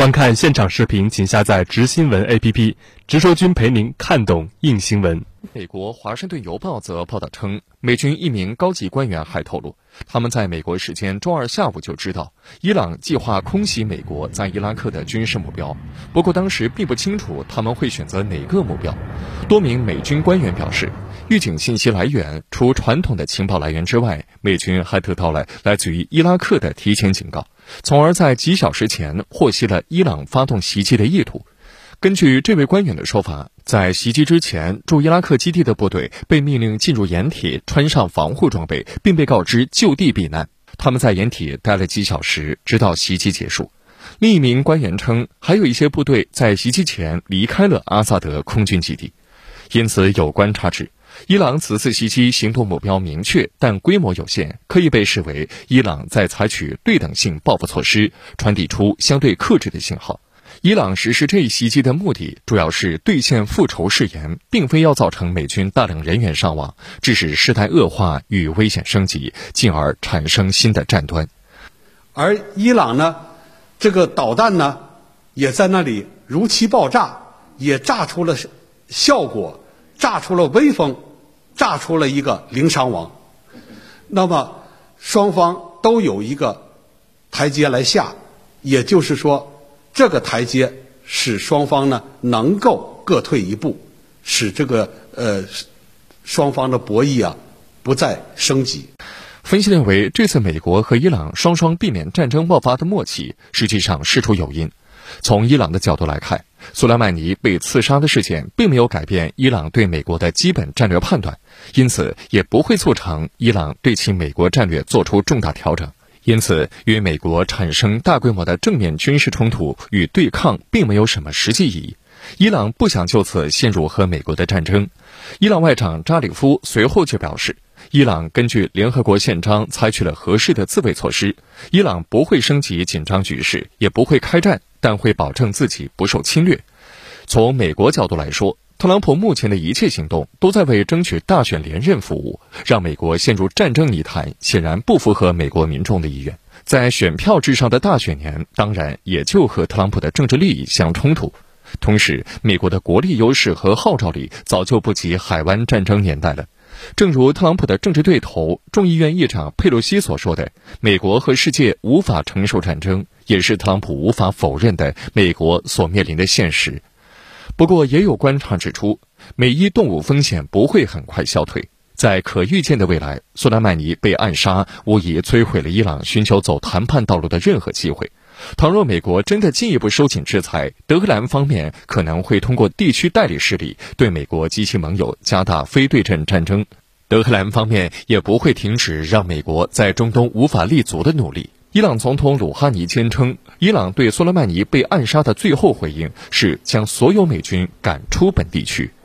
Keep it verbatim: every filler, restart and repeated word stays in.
观看现场视频，请下载直新闻 A P P， 直说君陪您看懂硬新闻。 美国《华盛顿邮报》则报道称，美军一名高级官员还透露，他们在美国时间周二下午就知道伊朗计划空袭美国在伊拉克的军事目标，不过当时并不清楚他们会选择哪个目标。多名美军官员表示，预警信息来源除传统的情报来源之外，美军还得到了来自于伊拉克的提前警告，从而在几小时前获悉了伊朗发动袭击的意图。根据这位官员的说法，在袭击之前，驻伊拉克基地的部队被命令进入掩体，穿上防护装备，并被告知就地避难。他们在掩体待了几小时，直到袭击结束。另一名官员称，还有一些部队在袭击前离开了阿萨德空军基地。因此，有观察指，伊朗此次袭击行动目标明确，但规模有限，可以被视为伊朗在采取对等性报复措施，传递出相对克制的信号。伊朗实施这一袭击的目的主要是兑现复仇誓言，并非要造成美军大量人员伤亡，致使事态恶化与危险升级，进而产生新的战端。 而伊朗呢，这个导弹呢，也在那里如期爆炸，也炸出了效果，炸出了威风，炸出了一个零伤亡。那么双方都有一个台阶来下，也就是说，这个台阶使双方呢能够各退一步，使这个呃双方的博弈啊不再升级。 分析认为，这次美国和伊朗双双避免战争爆发的默契，实际上事出有因。从伊朗的角度来看，苏莱曼尼被刺杀的事件并没有改变伊朗对美国的基本战略判断，因此也不会促成伊朗对其美国战略做出重大调整。因此，与美国产生大规模的正面军事冲突与对抗并没有什么实际意义。伊朗不想就此陷入和美国的战争。伊朗外长扎里夫随后就表示，伊朗根据联合国宪章采取了合适的自卫措施，伊朗不会升级紧张局势，也不会开战，但会保证自己不受侵略。从美国角度来说，特朗普目前的一切行动都在为争取大选连任服务，让美国陷入战争泥潭，显然不符合美国民众的意愿。在选票至上的大选年，当然也就和特朗普的政治利益相冲突。同时，美国的国力优势和号召力早就不及海湾战争年代了。正如特朗普的政治对头众议院议长佩洛西所说的，美国和世界无法承受战争，也是特朗普无法否认的美国所面临的现实。不过，也有观察指出，美伊动武风险不会很快消退。在可预见的未来，苏莱曼尼被暗杀无疑摧毁了伊朗寻求走谈判道路的任何机会。倘若美国真的进一步收紧制裁，德黑兰方面可能会通过地区代理势力对美国及其盟友加大非对称战争。德黑兰方面也不会停止让美国在中东无法立足的努力。伊朗总统鲁哈尼坚称，伊朗对苏莱曼尼被暗杀的最后回应是将所有美军赶出本地区。